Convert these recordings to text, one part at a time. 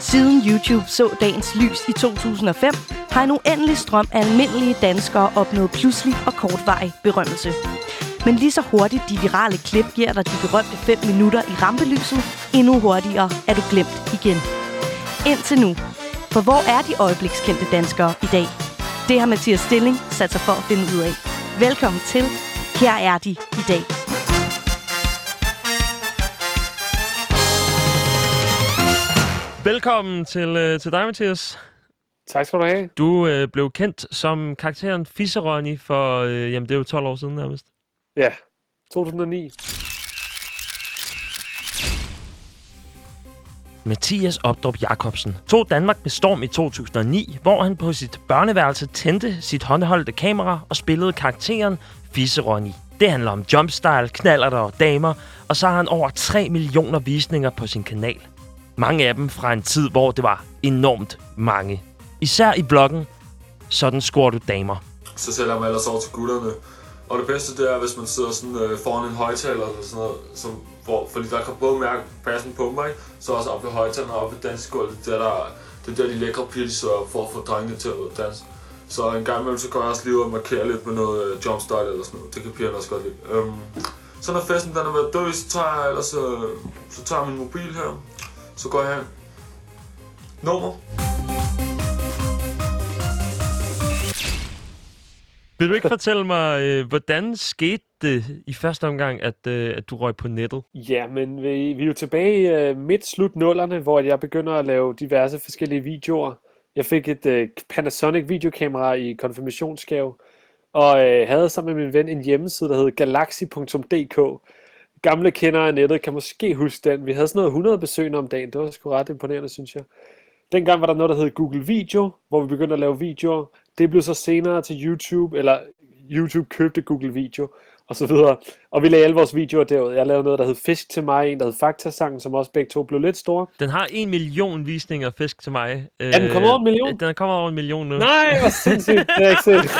Siden YouTube så dagens lys i 2005, har en uendelig strøm af almindelige danskere opnået pludselig og kortvarig berømmelse. Men lige så hurtigt de virale klip giver dig de berømte 5 minutter i rampelyset, endnu hurtigere er du glemt igen. Indtil nu. For hvor er de øjeblikskendte danskere i dag? Det har Mathias Stilling sat sig for at finde ud af. Velkommen til. Her er de i dag. Velkommen til dig, Mathias. Tak skal du have. Du blev kendt som karakteren Fisse-Ronny for, det er jo 12 år siden nærmest. Ja, 2009. Mathias Obdrup Jacobsen tog Danmark med storm i 2009, hvor han på sit børneværelse tændte sit håndholdte kamera og spillede karakteren Fisse-Ronny. Det handler om jumpstyle, knallerter og damer, og så har han over 3 millioner visninger på sin kanal. Mange af dem fra en tid, hvor det var enormt mange. Især i bloggen, sådan scorer du damer. Så sælger man ellers over til gutterne. Og det bedste, det er, hvis man sidder sådan, foran en højtaler eller sådan noget, fordi der kan både mærke passen på mig, så også oppe ved højtalerne og oppe ved dansegulvet. Det er der de lækre piger, de sidder for at få drengene til at danse. Så en gang imellem, så går jeg også lige ud og markerer lidt med noget jumpstyle eller sådan noget. Det kan pigerne også godt lide. Så når festen den er ved at dø, så tager jeg min mobil her. Så går jeg hen. Nummer. Vil du ikke fortælle mig, hvordan skete det i første omgang, at du røg på nettet? Ja, men vi er jo tilbage i midt-slut nullerne, hvor jeg begynder at lave diverse forskellige videoer. Jeg fik et Panasonic videokamera i konfirmationsgave, og havde sammen med min ven en hjemmeside, der hed galaxy.dk. Gamle kendere af nettet kan måske huske den. Vi havde sådan noget 100 besøgende om dagen. Det var sgu ret imponerende, synes jeg. Dengang var der noget, der hed Google Video, hvor vi begyndte at lave videoer. Det blev så senere til YouTube, eller YouTube købte Google Video, og så videre. Og vi lagde alle vores videoer derud. Jeg lavede noget, der hed Fisk til mig, en der hed Faktasangen, som også begge to blev lidt store. Den har 1 million visninger, Fisk til mig. Er den kommet over 1 million? Den er kommet over 1 million nu. Nej, hvor sindssygt. Det er ikke set.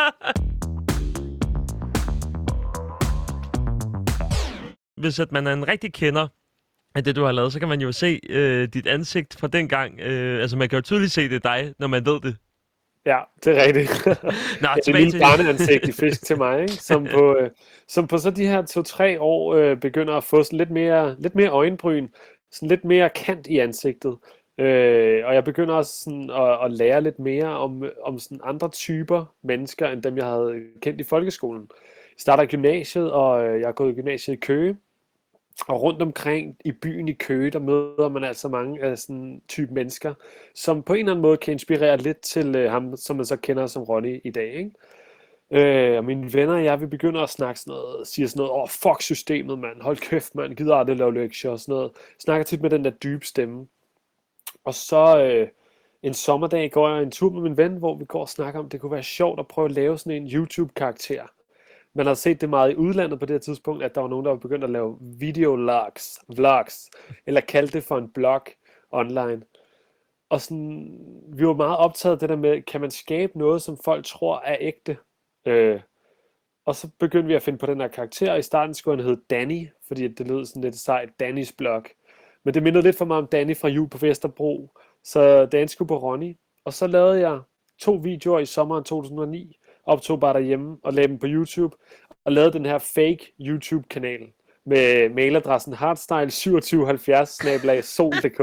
Hvis at man er en rigtig kender af det, du har lavet, så kan man jo se dit ansigt fra dengang. Altså, man kan jo tydeligt se, det er dig, når man ved det. Ja, det er rigtigt. Nå, det er et lille barneansigt i Fisk til mig, ikke? Som på så de her 2-3 år begynder at få sådan lidt mere øjenbryn, sådan lidt mere kant i ansigtet. Og jeg begynder også sådan at lære lidt mere om sådan andre typer mennesker, end dem jeg havde kendt i folkeskolen. Jeg starter i gymnasiet, og jeg har gået i gymnasiet i Køge. Og rundt omkring i byen i Køge, der møder man altså mange af sådan type mennesker, som på en eller anden måde kan inspirere lidt til ham, som man så kender som Ronny i dag, ikke? Og mine venner og jeg, vi begynder at snakke siger sådan noget, fuck systemet, mand, hold kæft, mand, gider aldrig lave lektier og sådan noget. Snakker tit med den der dybe stemme. Og så en sommerdag går jeg en tur med min ven, hvor vi går og snakker om, det kunne være sjovt at prøve at lave sådan en YouTube-karakter. Man har set det meget i udlandet på det her tidspunkt, at der var nogen, der var begyndt at lave vlogs, eller kaldte det for en blog online. Og sådan, vi var meget optaget af det der med, kan man skabe noget, som folk tror er ægte? Og så begyndte vi at finde på den her karakter, og i starten skulle han hedde Danny, fordi det lød sådan lidt sejt, Dannys blog. Men det mindede lidt for mig om Danny fra Jul på Vesterbro, så Dan skulle på Ronny. Og så lavede jeg 2 videoer i sommeren 2009, optog bare derhjemme og lagde dem på YouTube, og lavede den her fake YouTube-kanal med mailadressen hardstyle2770@sol.dk.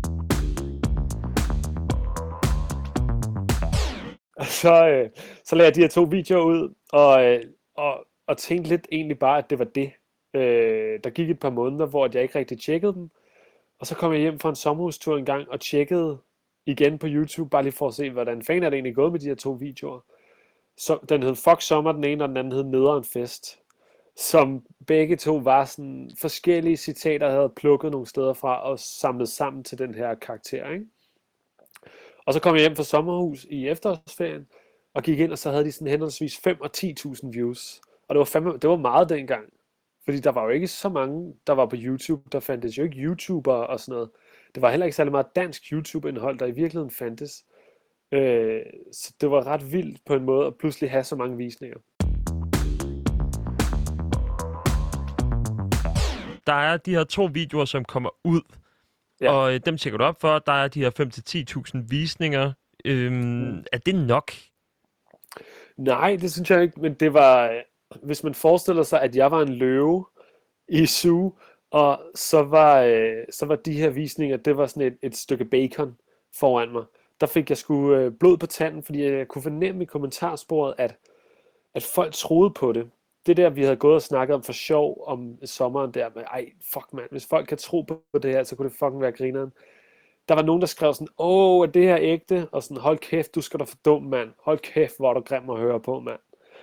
Og så lagde jeg de her 2 videoer ud, og tænkte lidt egentlig bare, at det var det. Der gik et par måneder, hvor jeg ikke rigtig tjekkede dem, og så kom jeg hjem fra en sommerhustur en gang, og tjekkede igen på YouTube, bare lige for at se, hvordan fanden er det egentlig gået med de her 2 videoer. Så den hed Fuck Sommer, den ene, og den anden hed Nederen Fest. Som begge to var sådan forskellige citater, jeg havde plukket nogle steder fra og samlet sammen til den her karakter, ikke? Og så kom jeg hjem fra sommerhus i efterårsferien og gik ind, og så havde de sådan henholdsvis 5 og 10.000 views. Og det var meget dengang. Fordi der var jo ikke så mange, der var på YouTube. Der fandtes jo ikke YouTuber og sådan noget. Det var heller ikke særlig meget dansk YouTube-indhold, der i virkeligheden fandtes. Så det var ret vildt på en måde at pludselig have så mange visninger. Der er de her 2 videoer, som kommer ud Ja. Og dem tjekker du op for. Der er de her 5-10.000 visninger. Er det nok? Nej, det synes jeg ikke, men det var, hvis man forestiller sig, at jeg var en løve i zoo, og så var de her visninger, det var sådan et stykke bacon foran mig. Der fik jeg sgu blod på tanden, fordi jeg kunne fornemme i kommentarsporet, at folk troede på det. Det der, vi havde gået og snakket om for sjov om sommeren der, med, ej, fuck mand, hvis folk kan tro på det her, så kunne det fucking være grineren. Der var nogen, der skrev sådan, er det her ægte? Og sådan, hold kæft, du skal da for dum, mand. Hold kæft, hvor er du grim at høre på, mand.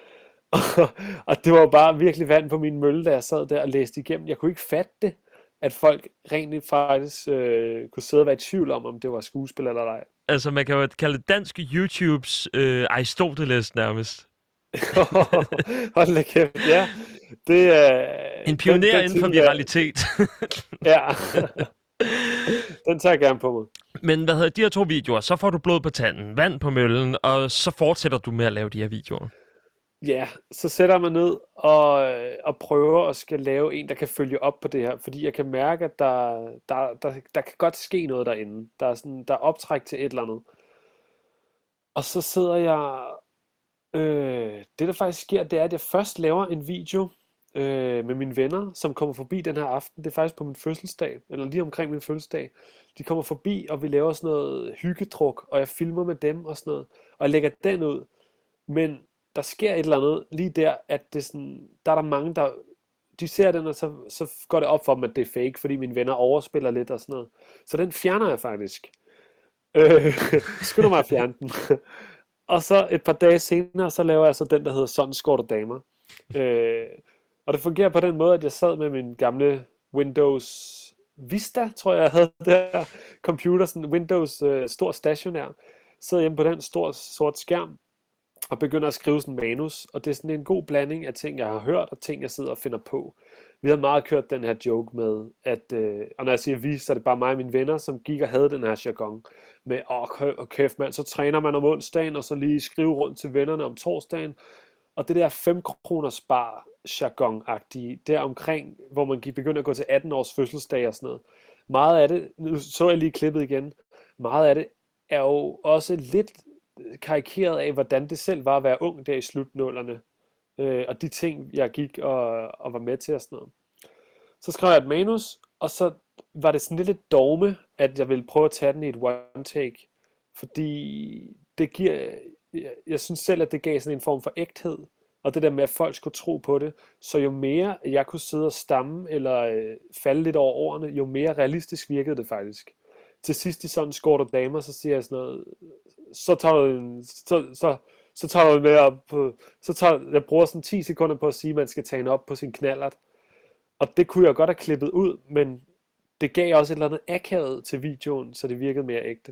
Og det var jo bare virkelig vand på min mølle, da jeg sad der og læste igennem. Jeg kunne ikke fatte det, at folk rent faktisk kunne sidde og være i tvivl om det var skuespil eller ej. Altså, man kan jo kalde det dansk YouTubes Aristoteles nærmest. Hold da kæft, ja. Det er... En pioner inden for viralitet. Ja. Den tager jeg gerne på mig. Men hvad hedder de her 2 videoer? Så får du blod på tanden, vand på møllen, og så fortsætter du med at lave de her videoer. Ja, så sætter man ned og prøver at skal lave en, der kan følge op på det her. Fordi jeg kan mærke, at der kan godt ske noget derinde. Der er optræk til et eller andet. Og så sidder jeg... det der faktisk sker, det er, at jeg først laver en video med mine venner, som kommer forbi den her aften. Det er faktisk på min fødselsdag, eller lige omkring min fødselsdag. De kommer forbi, og vi laver sådan noget hyggedruk, og jeg filmer med dem og sådan noget. Og jeg lægger den ud. Men der sker et eller andet lige der, at det sådan, der er der mange, der de ser den, og så går det op for dem, at det er fake, fordi mine venner overspiller lidt og sådan noget. Så den fjerner jeg faktisk. Skynder mig at fjerne den. Og så et par dage senere, så laver jeg så den, der hedder Sådan Skårter Damer. Og det fungerer på den måde, at jeg sad med min gamle Windows Vista, tror jeg havde der computer, sådan Windows stor stationær. Sidder hjemme på den stor sort skærm, og begynder at skrive sådan en manus, og det er sådan en god blanding af ting, jeg har hørt, og ting, jeg sidder og finder på. Vi har meget kørt den her joke med, at, og når jeg siger vi, så er det bare mig og mine venner, som gik og havde den her jargon, med, kæft mand, så træner man om onsdagen, og så lige skrive rundt til vennerne om torsdagen, og det der 5 kroner spar jargon-agtige, der omkring, hvor man begynder at gå til 18 års fødselsdag og sådan noget. Meget af det, nu så jeg lige klippet igen, meget af det er jo også lidt karikeret af, hvordan det selv var at være ung der i slutnullerne. Og de ting, jeg gik og var med til og sådan noget. Så skrev jeg et manus, og så var det sådan lidt dogme, at jeg ville prøve at tage den i et one take. Fordi det giver, jeg synes selv, at det gav sådan en form for ægthed. Og det der med, at folk skulle tro på det. Så jo mere jeg kunne sidde og stamme, eller falde lidt over ordene, jo mere realistisk virkede det faktisk. Til sidst i Sådan Skårter Damer, så siger jeg sådan noget, så tager du med op på, jeg bruger sådan 10 sekunder på at sige, at man skal tage en op på sin knallert. Og det kunne jeg godt have klippet ud, men det gav også et eller andet akavet til videoen, så det virkede mere ægte.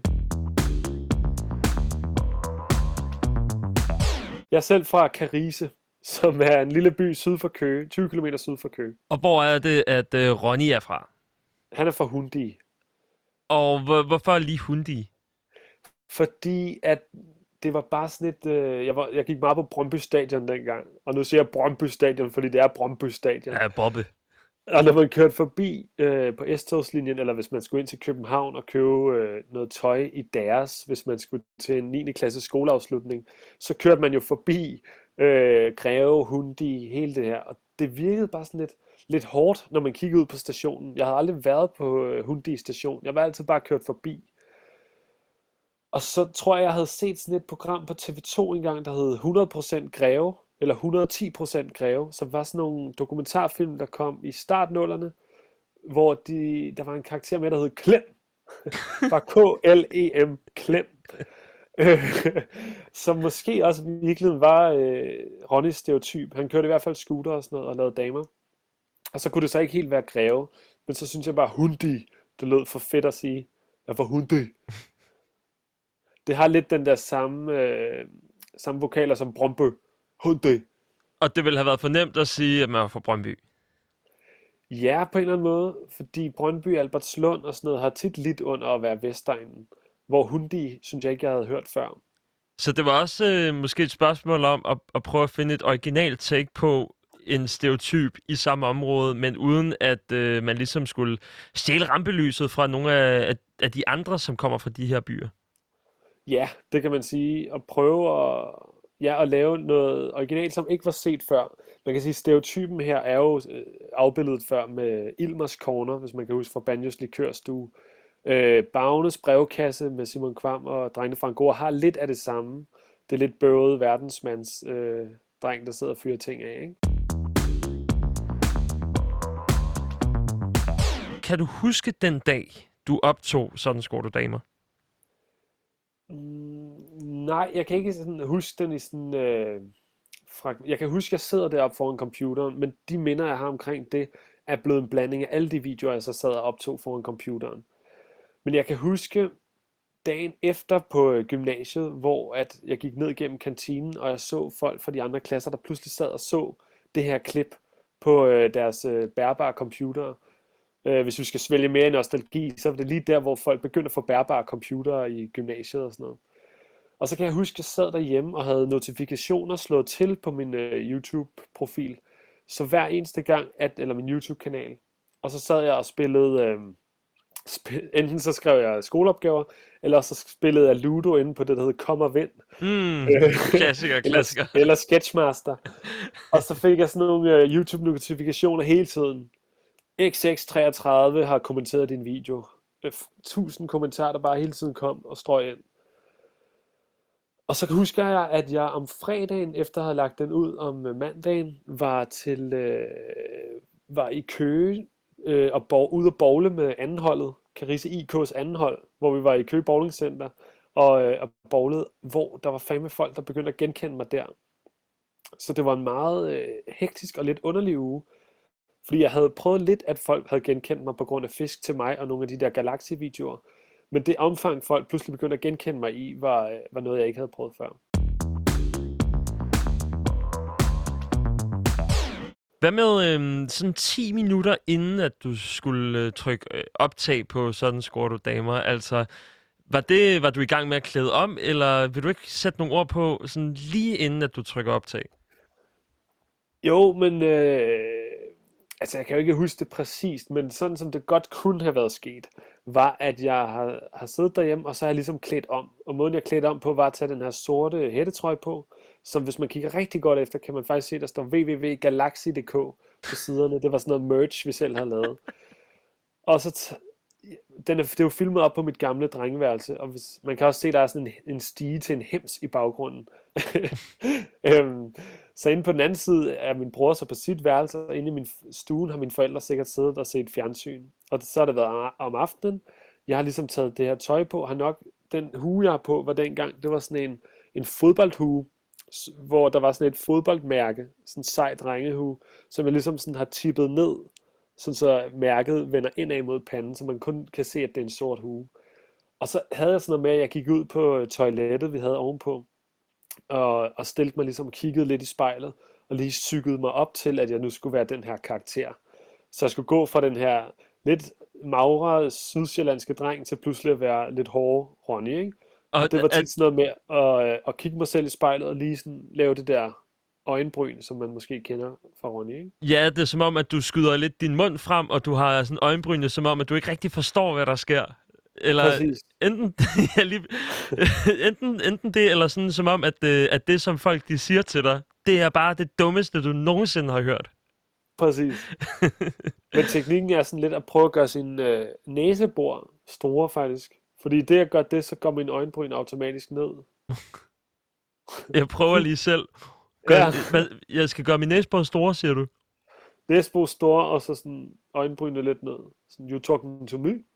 Jeg er selv fra Karise, som er en lille by syd for Køge, 20 km syd for Køge. Og hvor er det, at Ronny er fra? Han er fra Hundi. Og hvorfor lige Hundi? Fordi at det var bare sådan et... Jeg gik meget på Brøndby Stadion dengang. Og nu siger jeg Brøndby Stadion, fordi det er Brøndby Stadion. Ja, Bobbe. Og når man kørte forbi på S-togslinjen, eller hvis man skulle ind til København og købe noget tøj i deres, hvis man skulle til en 9. klasse skoleafslutning, så kørte man jo forbi Greve, Hundi, hele det her. Og det virkede bare sådan lidt hårdt, når man kiggede ud på stationen. Jeg havde aldrig været på Hundi station. Jeg var altid bare kørt forbi. Og så tror jeg havde set sådan et program på TV2 engang, der hed 100% Greve, eller 110% Greve, som var sådan nogle dokumentarfilm, der kom i startnullerne, hvor der var en karakter med, der hed Klem. Fra K-L-E-M, Klem. Som måske også virkelig var Ronnys stereotyp. Han kørte i hvert fald scooter og sådan noget, og lavede damer. Og så kunne det så ikke helt være Greve, men så synes jeg bare Hundi, det lød for fedt at sige. Jeg var Hundi. Det har lidt den der samme vokaler som Brøndby. Hundi. Og det ville have været for nemt at sige, at man var fra Brøndby. Ja, på en eller anden måde, fordi Brøndby, Albertslund og sådan noget har tit lidt under at være Vestegnen, hvor Hundi, synes jeg ikke, jeg havde hørt før. Så det var også måske et spørgsmål om at prøve at finde et originalt take på en stereotyp i samme område, men uden at man ligesom skulle stjæle rampelyset fra nogle af de andre, som kommer fra de her byer. Ja, det kan man sige. Og prøve at lave noget originalt, som ikke var set før. Man kan sige, at stereotypen her er jo afbildet før med Ilmers Corner, hvis man kan huske fra Banjos Likørstue. Bagnes brevkasse med Simon Kvam og drengene fra Angora har lidt af det samme. Det er lidt bøvede verdensmands dreng, der sidder og fyrer ting af, ikke? Kan du huske den dag, du optog Sådan Skår du damer? Nej, jeg kan ikke sådan huske den i sådan... Jeg kan huske, at jeg sidder deroppe foran computeren, men de minder, jeg har omkring det, er blevet en blanding af alle de videoer, jeg så sad og optog foran computeren. Men jeg kan huske dagen efter på gymnasiet, hvor at jeg gik ned gennem kantinen, og jeg så folk fra de andre klasser, der pludselig sad og så det her klip på deres bærbare computere. Hvis vi skal svælge mere i nostalgi, så er det lige der, hvor folk begynder at få bærbare computere i gymnasiet og sådan noget. Og så kan jeg huske, at jeg sad derhjemme og havde notifikationer slået til på min YouTube-profil. Så hver eneste gang, eller min YouTube-kanal. Og så sad jeg og spillede, enten så skrev jeg skoleopgaver, eller så spillede jeg Ludo inde på det, der hedder Kom og Vind. Klassiker. Eller Sketchmaster. Og så fik jeg sådan nogle YouTube-notifikationer hele tiden. XX33 har kommenteret din video. 1000 kommentarer, der bare hele tiden kom og strøg ind. Og så husker jeg, at jeg om fredagen, efter at have lagt den ud om mandagen, var i Køge og ude at bowle med andenholdet, Karise IK's andenhold, hvor vi var i Køge Bowling Center og bowlede, hvor der var fandme folk, der begyndte at genkende mig der. Så det var en meget hektisk og lidt underlig uge, fordi jeg havde prøvet lidt, at folk havde genkendt mig på grund af Fisk til mig og nogle af de der Galaxy-videoer. Men det omfang, folk pludselig begyndte at genkende mig i, var noget, jeg ikke havde prøvet før. Hvad med sådan 10 minutter inden, at du skulle trykke optag på Sådan Skår du damer? Altså, var du i gang med at klæde om, eller vil du ikke sætte nogle ord på sådan lige inden, at du trykker optag? Jo, men altså jeg kan jo ikke huske det præcist, men sådan som det godt kunne have været sket, var, at jeg har siddet derhjemme, og så har jeg ligesom klædt om. Og måden jeg klædte om på, var at tage den her sorte hættetrøje på, som hvis man kigger rigtig godt efter, kan man faktisk se, der står www.galaxy.dk på siderne. Det var sådan noget merch, vi selv havde lavet. Og så det er jo filmet op på mit gamle drengeværelse, og man kan også se, der er sådan en stige til en hems i baggrunden. Så inde på den anden side er min bror så på sit værelse, og inde i min stue har mine forældre sikkert siddet og set fjernsyn. Og så har det været om aftenen. Jeg har ligesom taget det her tøj på, den hue, jeg har på, var dengang, det var sådan en fodboldhue, hvor der var sådan et fodboldmærke, sådan en sej drengehue, som jeg ligesom sådan har tippet ned, sådan så mærket vender indad mod panden, så man kun kan se, at det er en sort hue. Og så havde jeg sådan noget med, at jeg gik ud på toilettet, vi havde ovenpå, og stillede mig ligesom og kiggede lidt i spejlet, og lige cyklede mig op til, at jeg nu skulle være den her karakter. Så jeg skulle gå fra den her lidt magre sydsjællandske dreng, til pludselig at være lidt hårde Ronny, ikke? Og det var tit sådan noget med at kigge mig selv i spejlet, og lige sådan lave det der øjenbryn, som man måske kender fra Ronny, ikke? Ja, det er som om, at du skyder lidt din mund frem, og du har sådan øjenbrynene, som om, at du ikke rigtig forstår, hvad der sker. Eller enten det, eller sådan som om, at det, som folk de siger til dig, det er bare det dummeste, du nogensinde har hørt. Præcis. Men teknikken er sådan lidt at prøve at gøre sin næsebor store, faktisk. Fordi det, jeg gør det, så går min øjenbryn automatisk ned. Jeg prøver lige selv. Jeg skal gøre min næsebor store, siger du? Næsebor store, og så sådan øjenbrynene lidt ned. Sådan, you talking to me?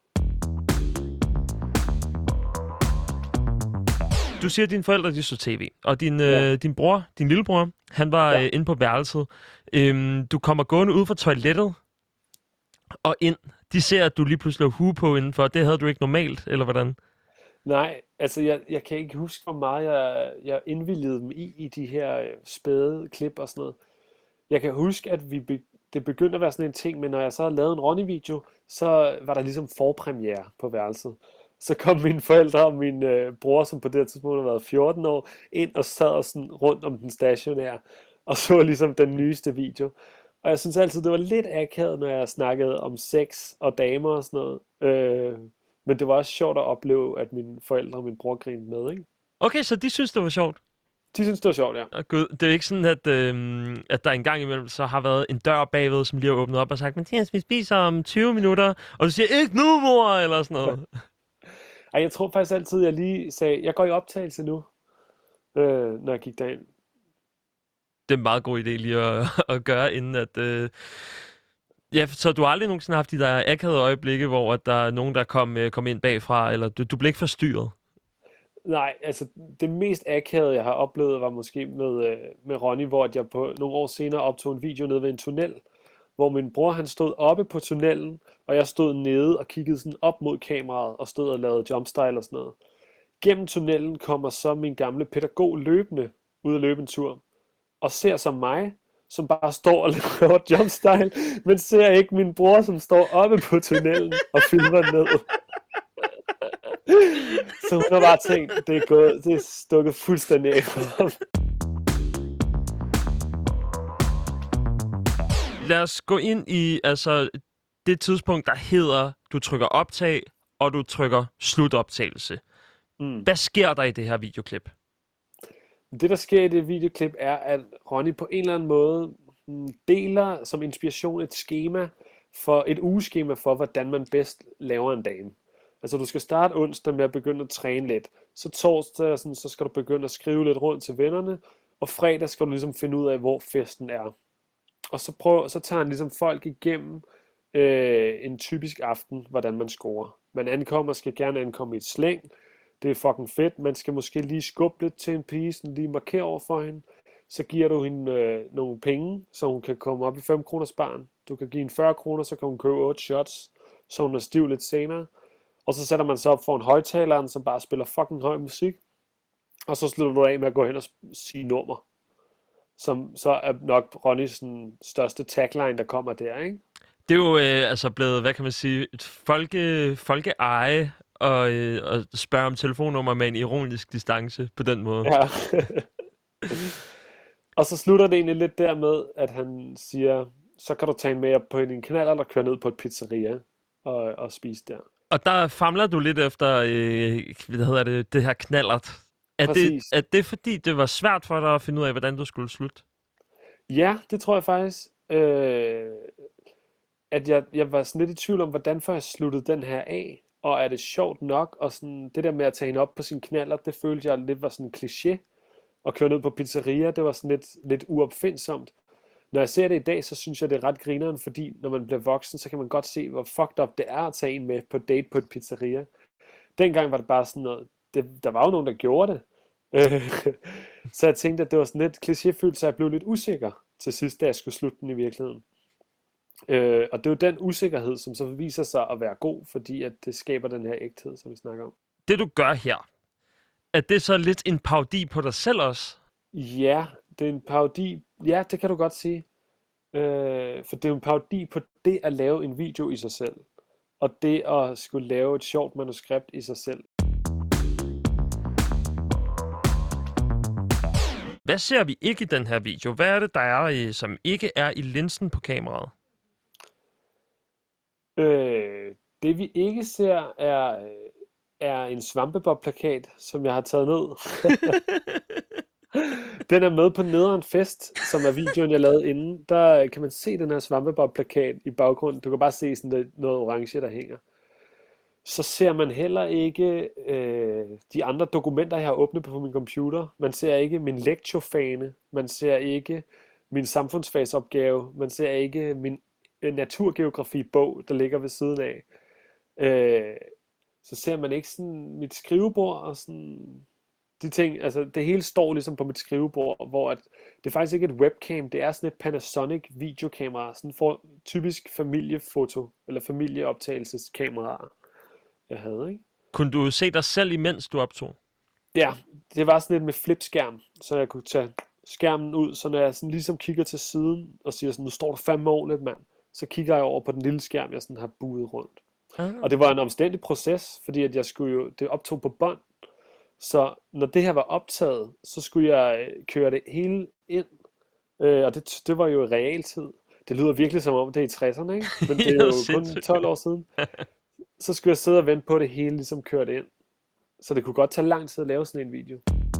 Du siger, at dine forældre, de så tv, og din bror, din lillebror, han var inde på værelset. Du kommer gående ud fra toilettet og ind. De ser, at du lige pludselig har hue på indenfor. Det havde du ikke normalt, eller hvordan? Nej, altså jeg kan ikke huske, hvor meget jeg indvilligede dem i de her spæde klip og sådan noget. Jeg kan huske, at det begyndte at være sådan en ting, men når jeg så havde lavet en Ronny-video, så var der ligesom forpremiere på værelset. Så kom mine forældre og min bror, som på det tidspunkt har været 14 år, ind og sad sådan rundt om den stationære. og så ligesom den nyeste video. Og jeg synes altid, det var lidt akavet, når jeg snakkede om sex og damer og sådan noget. Men det var også sjovt at opleve, at mine forældre og min bror grinede med, ikke? Okay, så de synes, det var sjovt? De synes, det var sjovt, ja. Og Gud, det er ikke sådan, at der engang imellem så har været en dør bagved, som lige har åbnet op og sagt, Mathias, vi spiser om 20 minutter, og du siger, ikke nu, mor, eller sådan noget. Ej, jeg tror faktisk altid, jeg lige sagde, jeg går i optagelse nu, når jeg gik derind. Det er en meget god idé lige at gøre, inden at... Ja, så du har aldrig nogensinde haft de der akavede øjeblikke, hvor at der er nogen, der kom ind bagfra, eller du blev ikke forstyrret? Nej, altså det mest akavede, jeg har oplevet, var måske med Ronny, hvor jeg på nogle år senere optog en video nede ved en tunnel, hvor min bror han stod oppe på tunnelen, og jeg stod nede og kiggede sådan op mod kameraet og stod og lavede jumpstyle og sådan noget. Gennem tunnelen kommer så min gamle pædagog løbende ud at løbe en tur, og ser som mig, som bare står og laver jumpstyle, men ser ikke min bror, som står oppe på tunnelen og filmer ned. Så hun har bare tænkt, det er stukket fuldstændig af for ham. Lad os gå ind i det tidspunkt, der hedder, du trykker optag, og du trykker slutoptagelse. Hvad sker der i det her videoklip? Det, der sker i det videoklip, er, at Ronny på en eller anden måde deler som inspiration et ugeskema for, hvordan man bedst laver en dame. Altså, du skal starte onsdag med at begynde at træne lidt. Så torsdag, så skal du begynde at skrive lidt rundt til vennerne. Og fredag skal du ligesom finde ud af, hvor festen er. Og så tager han ligesom folk igennem en typisk aften, hvordan man scorer. Man skal gerne ankomme i et slæng. Det er fucking fedt. Man skal måske lige skubbe lidt til en pige, sådan lige markere over for hende. Så giver du hende nogle penge, så hun kan komme op i 5 kroners barn. Du kan give hende 40 kroner, så kan hun købe 8 shots, så hun er stiv lidt senere. Og så sætter man sig op for en højtaleren, som bare spiller fucking høj musik. Og så slutter du af med at gå hen og sige nummer. Som så er nok Ronnys største tagline, der kommer der, ikke? Det er jo blevet, hvad kan man sige, et folkeeje og spørge om telefonnummer med en ironisk distance på den måde. Ja. Og så slutter det egentlig lidt dermed, at han siger, så kan du tage en med op på din knald, eller køre ned på et pizzeria og spise der. Og der famler du lidt efter, det her knallert. Er det fordi, det var svært for dig at finde ud af, hvordan du skulle slutte? Ja, det tror jeg faktisk. At jeg var sådan lidt i tvivl om, hvordan får jeg sluttet den her af. Og er det sjovt nok, og sådan, det der med at tage hende op på sin knallert, det følte jeg lidt var sådan en kliché. Og køre ned på pizzeria, det var sådan lidt uopfindsomt. Når jeg ser det i dag, så synes jeg, det er ret grineren, fordi når man bliver voksen, så kan man godt se, hvor fucked up det er at tage en med på date på et pizzeria. Dengang var det bare sådan noget, der var jo nogen, der gjorde det. Så jeg tænkte, at det var sådan lidt klichéfyldt, så jeg blev lidt usikker til sidst, da jeg skulle slutte den i virkeligheden. Og det er jo den usikkerhed, som så viser sig at være god, fordi at det skaber den her ægthed, som vi snakker om. Det du gør her, er det så lidt en parodi på dig selv også? Ja, det er en parodi. Ja, det kan du godt sige. For det er en parodi på det at lave en video i sig selv. Og det at skulle lave et sjovt manuskript i sig selv. Hvad ser vi ikke i den her video? Hvad er det, der er, som ikke er i linsen på kameraet? Det vi ikke ser er en Svampebob-plakat, som jeg har taget ned. Den er med på Nederen Fest, som er videoen, jeg lavede inden. Der kan man se den her Svampebob-plakat i baggrunden. Du kan bare se sådan noget orange, der hænger. Så ser man heller ikke de andre dokumenter, jeg har åbnet på min computer. Man ser ikke min lektiofane. Man ser ikke min samfundsfagsopgave. Man ser ikke min naturgeografi-bog, der ligger ved siden af. Så ser man ikke sådan mit skrivebord og sådan de ting. Altså det hele står ligesom på mit skrivebord, hvor det er faktisk ikke et webcam, det er sådan et Panasonic videokamera, sådan for typisk familiefoto eller familieoptagelseskamera, jeg havde, ikke? Kunne du se dig selv imens du optog? Ja, det var sådan lidt med flipskærm, så jeg kunne tage skærmen ud, så når jeg sådan ligesom kigger til siden og siger sådan, nu står der 5 år lidt, mand, så kigger jeg over på den lille skærm, jeg sådan har buet rundt. Og det var en omstændig proces, fordi at det optog på bånd. Så når det her var optaget, så skulle jeg køre det hele ind Og det var jo i realtid. Det lyder virkelig som om, det er i 60'erne, ikke? Men det er Det er jo sindssygt. kun 12 år siden. Så skulle jeg sidde og vente på, at det hele ligesom kørte ind. Så det kunne godt tage lang tid at lave sådan en video.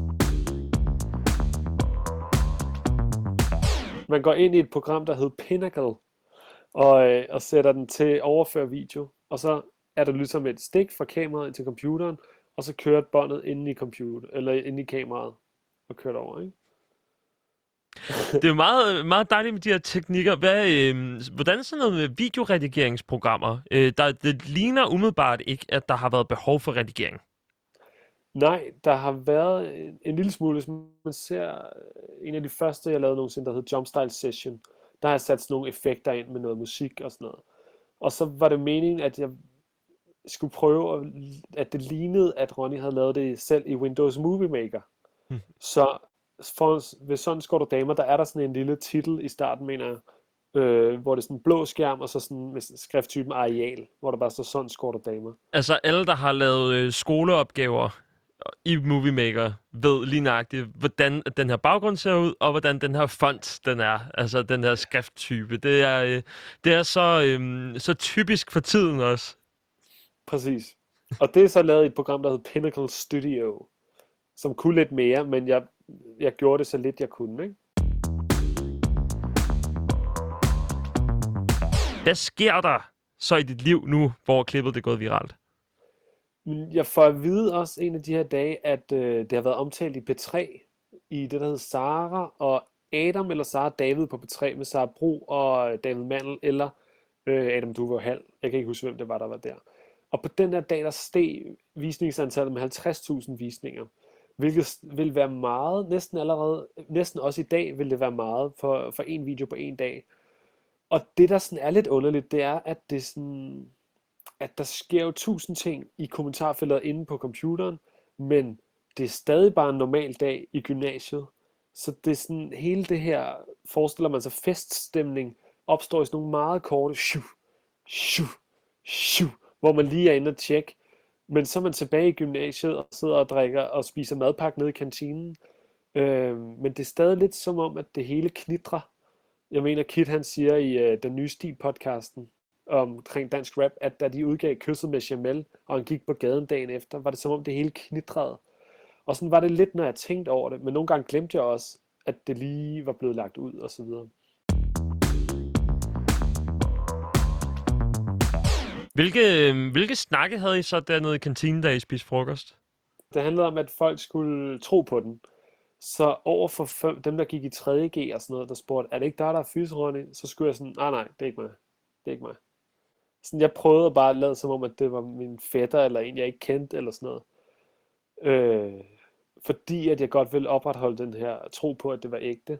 Man går ind i et program, der hedder Pinnacle, og sætter den til at overføre video. Og så er der ligesom et stik fra kameraet ind til computeren, og så kører båndet inde i kameraet og kører det over, ikke? Det er jo meget, meget dejligt med de her teknikker. Hvordan er sådan noget med videoredigeringsprogrammer? Det ligner umiddelbart ikke, at der har været behov for redigering. Nej, der har været en lille smule, hvis man ser en af de første, jeg lavede nogensinde, der hed Jumpstyle Session. Der har jeg sat sådan nogle effekter ind med noget musik og sådan noget. Og så var det meningen, at jeg skulle prøve, at det lignede, at Ronny havde lavet det selv i Windows Movie Maker. Så ved Sådan Skår Du Damer, der er der sådan en lille titel i starten, mener jeg, hvor det er sådan en blå skærm, og så sådan med skrifttypen Arial, hvor der bare står Sådan Skår Du Damer. Altså alle, der har lavet skoleopgaver i Movie Maker, ved lige nøjagtigt, hvordan den her baggrund ser ud, og hvordan den her font, den er. Altså den her skrifttype. Det er så typisk for tiden også. Præcis. Og det er så lavet i et program, der hedder Pinnacle Studio, som kunne lidt mere, men jeg gjorde det så lidt, jeg kunne, ikke? Hvad sker der så i dit liv nu, hvor klippet er gået viralt? Jeg får at vide også en af de her dage, at det har været omtalt i P3, i det, der hedder Sara og Adam, eller Sara David på P3, med Sara Bro og David Mandel, eller Adam Duvå Hall. Jeg kan ikke huske, hvem det var, der var der. Og på den der dag, der steg visningsantallet med 50.000 visninger, hvilket vil være meget, næsten også i dag vil det være meget for en video på en dag. Og det, der sådan er lidt underligt, det er, at det sådan, at der sker jo 1000 ting i kommentarfeltet inde på computeren, men det er stadig bare en normal dag i gymnasiet. Så det er sådan, hele det her, forestiller man sig, feststemning opstår i sådan nogle meget korte hvor man lige er inde og tjekke. Men så er man tilbage i gymnasiet og sidder og drikker og spiser madpakke nede i kantinen. Men det er stadig lidt som om, at det hele knitrer. Jeg mener, Kit han siger i den nye Stil-podcasten omkring dansk rap, at da de udgav Kysset med Jamel, og han gik på gaden dagen efter, var det som om det hele knitrede. Og sådan var det lidt, når jeg tænkte over det, men nogle gange glemte jeg også, at det lige var blevet lagt ud og så videre. Hvilke snakke havde I så dernede i kantinen, da I spiste frokost? Det handlede om, at folk skulle tro på den. Så over for dem, der gik i 3.G og sådan noget, der spurgte, er det ikke der er fys, Ronny? Så skulle jeg sådan, nej, det er ikke mig. Det er ikke mig. Sådan, jeg prøvede bare at lade som om, at det var min fætter, eller en, jeg ikke kendte, eller sådan noget. Fordi at jeg godt ville opretholde den her tro på, at det var ægte.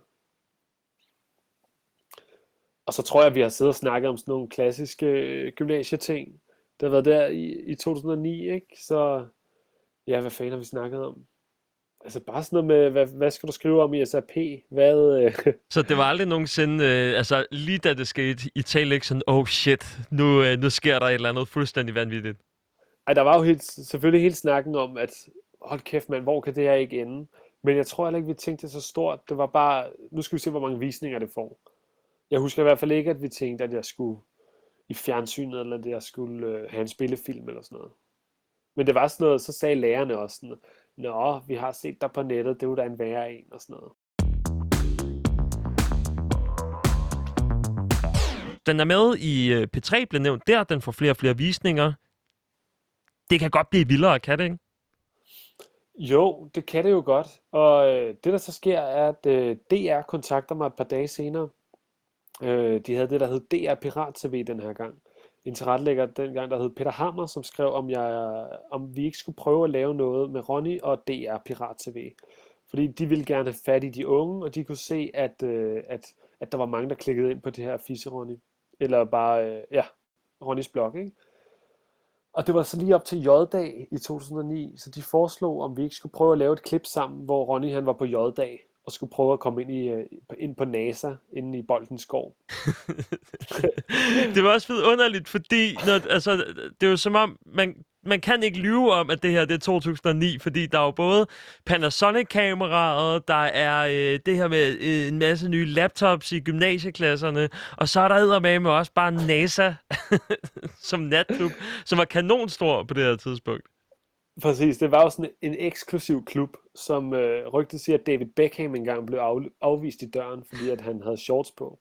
Og så tror jeg, at vi har siddet og snakket om sådan nogle klassiske gymnasieting. Det har været der i 2009, ikke? Så ja, hvad fanden har vi snakket om? Altså bare sådan noget med, hvad skal du skrive om i SAP? Så det var aldrig nogensinde, altså lige da det skete, I talte ikke sådan, oh shit, nu sker der et eller andet fuldstændig vanvittigt. Ej, der var jo selvfølgelig helt snakken om, at hold kæft mand, hvor kan det her ikke ende? Men jeg tror heller ikke, vi tænkte det så stort. Det var bare, nu skal vi se, hvor mange visninger det får. Jeg husker i hvert fald ikke, at vi tænkte, at jeg skulle i fjernsynet, eller at jeg skulle have en spillefilm eller sådan noget. Men det var sådan noget, så sagde lærerne også sådan, nå, vi har set dig på nettet, det er jo da en værre en, og sådan noget. Den er med i P3, blev nævnt der, den får flere og flere visninger. Det kan godt blive vildere, kan det ikke? Jo, det kan det jo godt. Og det, der så sker, er, at DR kontakter mig et par dage senere. De havde det, der hed DR Pirat TV den her gang. En tilrettelægger dengang, der hed Peter Hammer, som skrev, om vi ikke skulle prøve at lave noget med Ronny og DR Pirat TV. Fordi de ville gerne have fat i de unge, og de kunne se, at der var mange, der klikkede ind på det her Fisse Ronny. Eller bare, Ronnys blog, ikke? Og det var så lige op til J-dag i 2009, så de foreslog, om vi ikke skulle prøve at lave et klip sammen, hvor Ronny han var på J-dag, og skulle prøve at komme ind på NASA, inde i Boldens Skov. Det var også vidunderligt, fordi det er jo som om, man kan ikke lyve om, at det her det er 2009, fordi der er jo både Panasonic-kameraet, der er det her med en masse nye laptops i gymnasieklasserne, og så er der eddermame også bare NASA som natklub, som var kanonstor på det her tidspunkt. Præcis, det var jo sådan en eksklusiv klub, som rygtet siger, at David Beckham engang blev afvist i døren, fordi at han havde shorts på.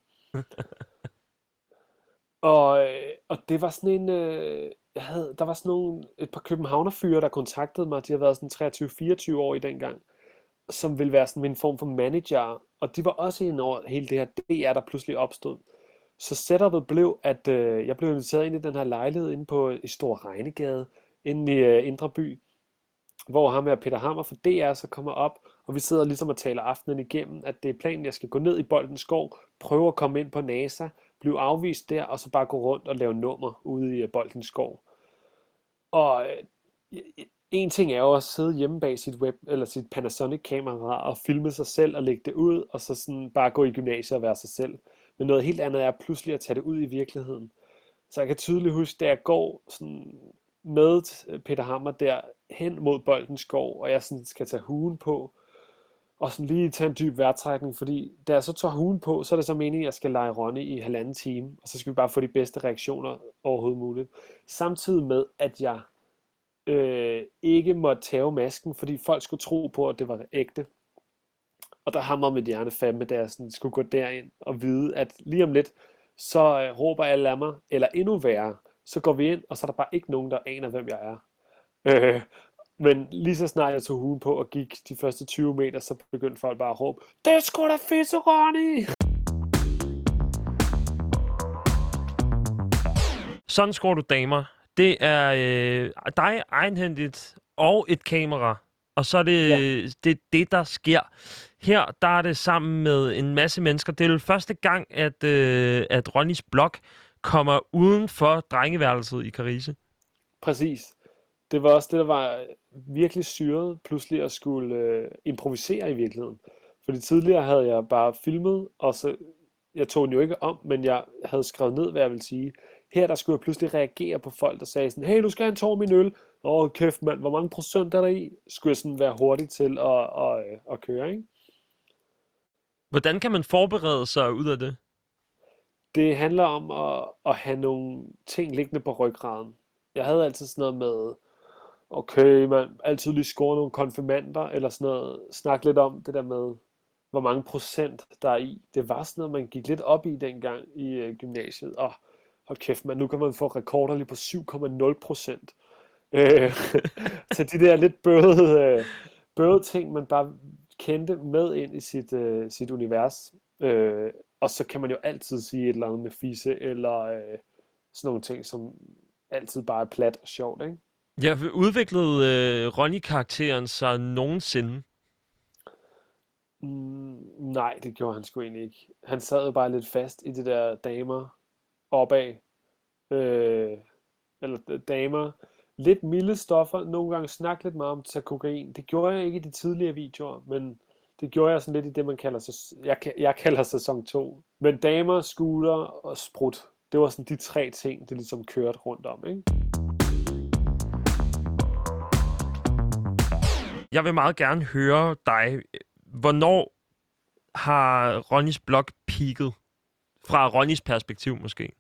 Og det var sådan en, der var sådan et par københavnerfyre, der kontaktede mig. De har været sådan 23-24 år i dengang, som ville være sådan en form for manager. Og de var også inde over hele det her DR, der pludselig opstod. Så setupet blev, at jeg blev inviteret ind i den her lejlighed inde på i Stor Regnegade, inde i Indre By, hvor ham og Peter Hammer fra DR så kommer op, og vi sidder ligesom og taler aftenen igennem, at det er planen, at jeg skal gå ned i Boltens Skov, prøve at komme ind på NASA, blive afvist der, og så bare gå rundt og lave nummer ude i Boltens Skov. Og en ting er jo at sidde hjemme bag sit Panasonic-kamera og filme sig selv og lægge det ud, og så sådan bare gå i gymnasiet og være sig selv. Men noget helt andet er pludselig at tage det ud i virkeligheden. Så jeg kan tydeligt huske, da jeg går sådan med Peter Hammer der hen mod Boltens Skov, og jeg sådan skal tage huen på, og sådan lige tage en dyb vejrtrækning, fordi da jeg så tager huen på, så er det så meningen, at jeg skal lege Ronny i 1,5 time, og så skal vi bare få de bedste reaktioner overhovedet muligt. Samtidig med, at jeg ikke måtte tage masken, fordi folk skulle tro på, at det var ægte. Og der hamrede mit hjerne fandme, da jeg sådan skulle gå derind og vide, at lige om lidt, så råber alle af mig, eller endnu værre, så går vi ind, og så er der bare ikke nogen, der aner, hvem jeg er. Men lige så snart jeg tog huen på og gik de første 20 meter, så begyndte folk bare at råbe, det er sgu da Fisse Ronny! Sådan skruer du damer. Det er dig egenhændigt og et kamera. Og så er det, der sker. Her der er det sammen med en masse mennesker. Det er jo første gang, at Ronnys blog kommer uden for drengeværelset i Karise. Præcis. Det var også det, der var virkelig syret, pludselig at skulle improvisere i virkeligheden. Fordi tidligere havde jeg bare filmet, og så, jeg tog den jo ikke om, men jeg havde skrevet ned, hvad jeg ville sige. Her der skulle jeg pludselig reagere på folk, der sagde sådan, hey, du skal have en tår min øl. Kæft mand, hvor mange procent er der i? Skulle jeg sådan være hurtig til at køre, ikke? Hvordan kan man forberede sig ud af det? Det handler om at have nogle ting liggende på ryggraden. Jeg havde altid sådan noget med, okay, man altid lige score nogle konfirmander, eller sådan noget, snakke lidt om det der med, hvor mange procent der er i. Det var sådan noget, man gik lidt op i dengang i gymnasiet. Hold kæft, man, nu kan man få rekorder lige på 7,0%. Så de der lidt bøvede ting, man bare kendte med ind i sit univers. Og så kan man jo altid sige et eller andet med fisse, eller sådan nogle ting, som altid bare er plat og sjovt, ikke? Ja, udviklede Ronny-karakteren sig nogensinde? Nej, det gjorde han sgu egentlig ikke. Han sad jo bare lidt fast i det der damer opad. Eller damer. Lidt milde stoffer. Nogle gange snakke lidt meget om at tage kokain. Det gjorde jeg ikke i de tidligere videoer, men det gjorde jeg sådan lidt i det, man kalder jeg kalder sæson 2. Men damer, scooter og sprut. Det var sådan de 3 ting, det ligesom kørte rundt om, ikke? Jeg vil meget gerne høre dig. Hvornår har Ronnys blog peaked? Fra Ronnys perspektiv måske.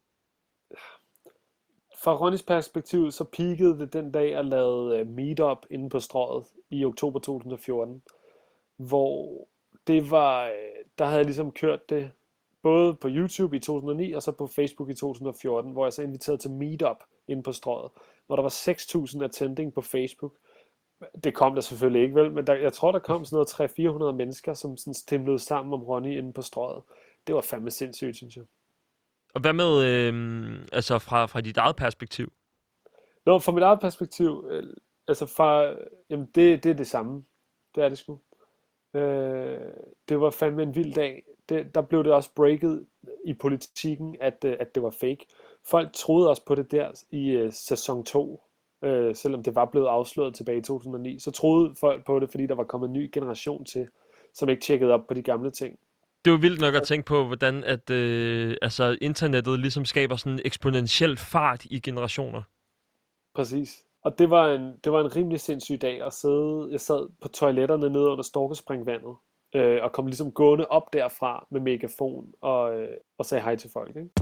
Fra Ronnys perspektiv, så peakede det den dag, jeg lavede Meetup inde på Strøget i oktober 2014. Hvor det var, der havde jeg ligesom kørt det både på YouTube i 2009 og så på Facebook i 2014, hvor jeg så inviterede til Meetup inde på Strøget, hvor der var 6.000 attending på Facebook. Det kom der selvfølgelig ikke, vel, men jeg tror, der kom sådan noget 300-400 mennesker, som sådan stemlede sammen om Ronny inde på Strøget. Det var fandme sindssygt, synes jeg. Og hvad med, altså fra dit eget perspektiv? Nå, fra mit eget perspektiv, jamen det er det samme. Det er det sgu. Det var fandme en vild dag. Der blev det også breaket i politikken, at det var fake. Folk troede også på det der i sæson 2, selvom det var blevet afsløret tilbage i 2009. Så troede folk på det, fordi der var kommet en ny generation til, som ikke tjekkede op på de gamle ting. Det er jo vildt nok at tænke på, hvordan at, internettet ligesom skaber sådan en eksponentiel fart i generationer. Præcis. Og det var en rimelig sindssyg dag at sidde. Jeg sad på toiletterne nede under Storkespringvandet, og kom ligesom gående op derfra med megafon og sagde hej til folk, ikke?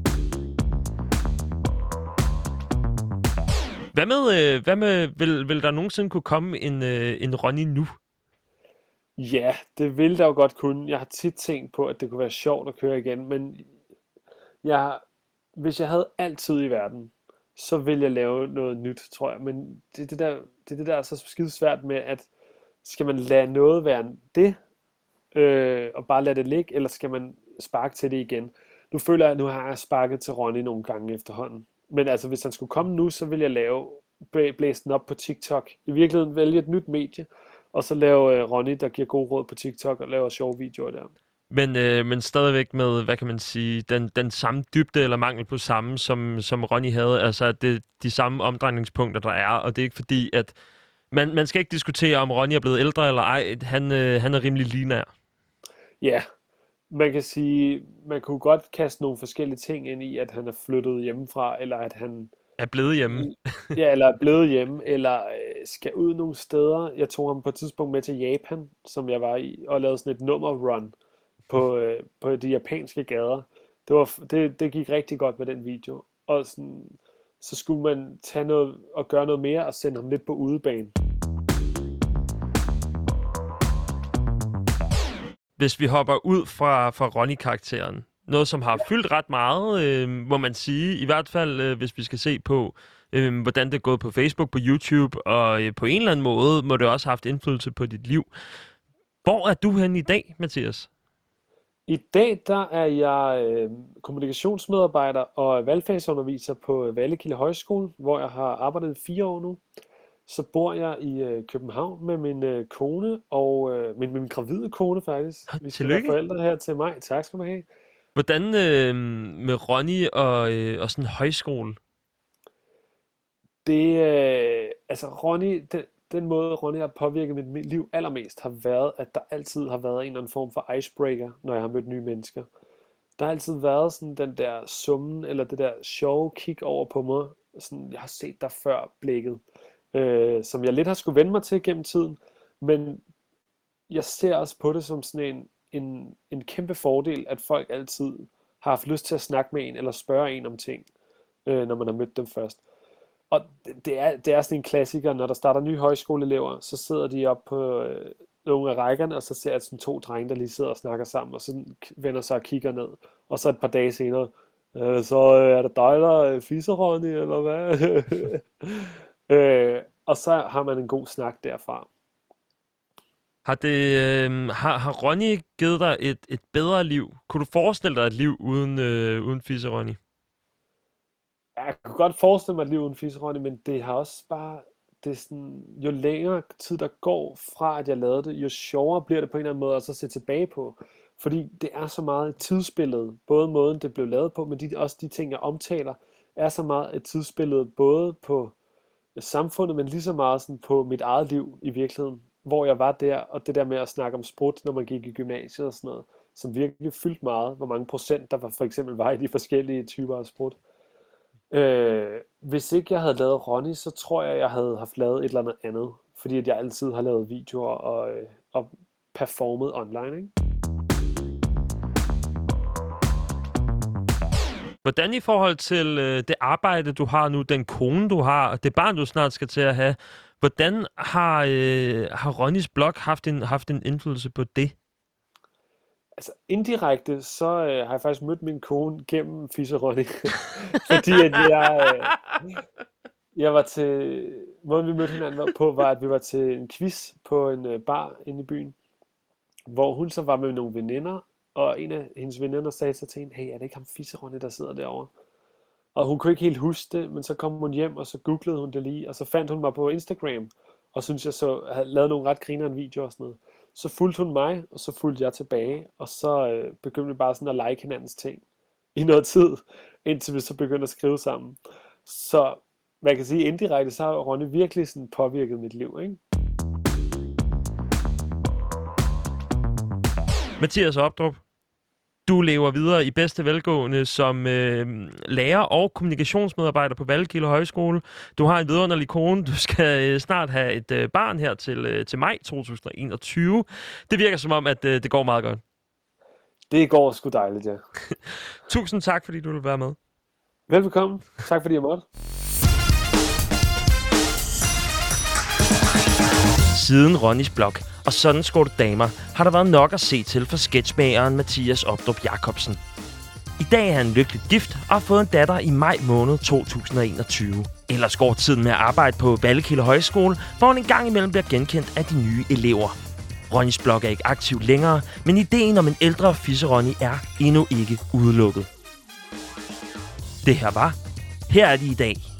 Hvad med vil der nogensinde kunne komme en Ronny nu? Ja, det ville der jo godt kunne. Jeg har tit tænkt på, at det kunne være sjovt at køre igen, men hvis jeg havde altid i verden, så ville jeg lave noget nyt, tror jeg. Men det er det der er så skide svært med, at skal man lade noget være det, og bare lade det ligge, eller skal man sparke til det igen? Nu føler jeg, at nu har jeg sparket til Ronny nogle gange efterhånden. Men altså, hvis han skulle komme nu, så ville jeg blæse den op på TikTok. I virkeligheden vælge et nyt medie, og så lave Ronny, der giver gode råd på TikTok, og laver sjove videoer der. Men stadigvæk med, hvad kan man sige, den samme dybde eller mangel på samme, som Ronny havde. Altså, det de samme omdrejningspunkter, der er, og det er ikke fordi, at man skal ikke diskutere, om Ronny er blevet ældre eller ej. Han er rimelig lineær. Ja, man kan sige, man kunne godt kaste nogle forskellige ting ind i, at han er flyttet hjemmefra, eller at han er blevet hjemme. Ja, eller er blevet hjemme, eller skal ud nogle steder. Jeg tog ham på et tidspunkt med til Japan, som jeg var i, og lavede sådan et nummer-run på de japanske gader. Det gik rigtig godt med den video. Og så skulle man tage noget og gøre noget mere og sende ham lidt på udebane. Hvis vi hopper ud fra Ronny-karakteren, noget som har fyldt ret meget, må man sige, i hvert fald hvis vi skal se på, hvordan det er gået på Facebook, på YouTube, og på en eller anden måde må det også have haft indflydelse på dit liv. Hvor er du henne i dag, Mathias? I dag der er jeg kommunikationsmedarbejder og valgfagsunderviser på Vallekilde Højskole, hvor jeg har arbejdet 4 år nu. Så bor jeg i København med min kone og min gravide kone faktisk. Vi skal være forældre her til maj. Tak skal du have. Hvordan med Ronny og sådan en højskole? Altså Ronny, den måde Ronny har påvirket mit liv allermest har været, at der altid har været en eller anden form for icebreaker, når jeg har mødt nye mennesker. Der har altid været sådan den der summen, eller det der sjove kig over på mig, sådan, jeg har set dig før blikket, som jeg lidt har skulle vende mig til gennem tiden, men jeg ser også på det som sådan en kæmpe fordel, at folk altid har haft lyst til at snakke med en, eller spørge en om ting, når man har mødt dem først. Og det er sådan en klassiker, når der starter nye højskoleelever, så sidder de op på nogle af rækkerne, og så ser jeg sådan 2 drenge, der lige sidder og snakker sammen, og så vender sig og kigger ned. Og så et par dage senere, så er det dig, der fisser, Ronny, eller hvad? Og så har man en god snak derfra. Har Ronny givet dig et bedre liv? Kunne du forestille dig et liv uden Fisse Ronny? Jeg kunne godt forestille mig et liv uden Fisse Ronny, men det har også bare, det er sådan, jo længere tid der går fra, at jeg lavede det, jo sjovere bliver det på en eller anden måde at så se tilbage på. Fordi det er så meget et tidsbillede, både måden det blev lavet på, men også de ting, jeg omtaler, er så meget et tidsbillede, både på samfundet, men lige så meget sådan på mit eget liv i virkeligheden, hvor jeg var der, og det der med at snakke om sprut, når man gik i gymnasiet og sådan noget, som virkelig fyldte meget, hvor mange procent der for eksempel var i de forskellige typer af sprut. Hvis ikke jeg havde lavet Ronny, så tror jeg havde haft lavet et eller andet, fordi at jeg altid har lavet videoer og performet online, ikke? Hvordan i forhold til det arbejde, du har nu, den kone, du har, og det barn, du snart skal til at have, hvordan har Ronnys blog haft en indflydelse på det? Altså indirekte, så har jeg faktisk mødt min kone gennem Fisse Ronny. Fordi at jeg var til, måden vi mødte hinanden på, var at vi var til en quiz på en bar inde i byen, hvor hun så var med nogle veninder, og en af hendes veninder sagde så til hende, hey, er det ikke ham Fisse Ronny, der sidder derovre? Og hun kunne ikke helt huske det, men så kom hun hjem, og så googlede hun det lige, og så fandt hun mig på Instagram, og synes jeg så havde lavet nogle ret grinerende videoer og sådan noget. Så fulgte hun mig, og så fulgte jeg tilbage, og så begyndte vi bare sådan at like hinandens ting i noget tid, indtil vi så begyndte at skrive sammen. Så man kan sige indirekte, så har Ronny virkelig sådan påvirket mit liv, ikke? Mathias Opdrup, Du lever videre i bedste velgående som lærer og kommunikationsmedarbejder på Vallekilde Højskole. Du har en vidunderlig kone. Du skal snart have et barn her til maj 2021. Det virker som om, at det går meget godt. Det går sgu dejligt, ja. Tusind tak, fordi du vil være med. Velbekomme. Tak fordi jeg måtte. Siden Ronnys blog og Sådan skål damer har der været nok at se til for sketchmageren Mathias Obdrup Jacobsen. I dag er han lykkeligt gift og har fået en datter i maj måned 2021. Ellers går tiden med at arbejde på Vallekilde Højskole, hvor han en gang imellem bliver genkendt af de nye elever. Ronnys blog er ikke aktiv længere, men ideen om en ældre fisse-Ronny er endnu ikke udelukket. Det her er de i dag.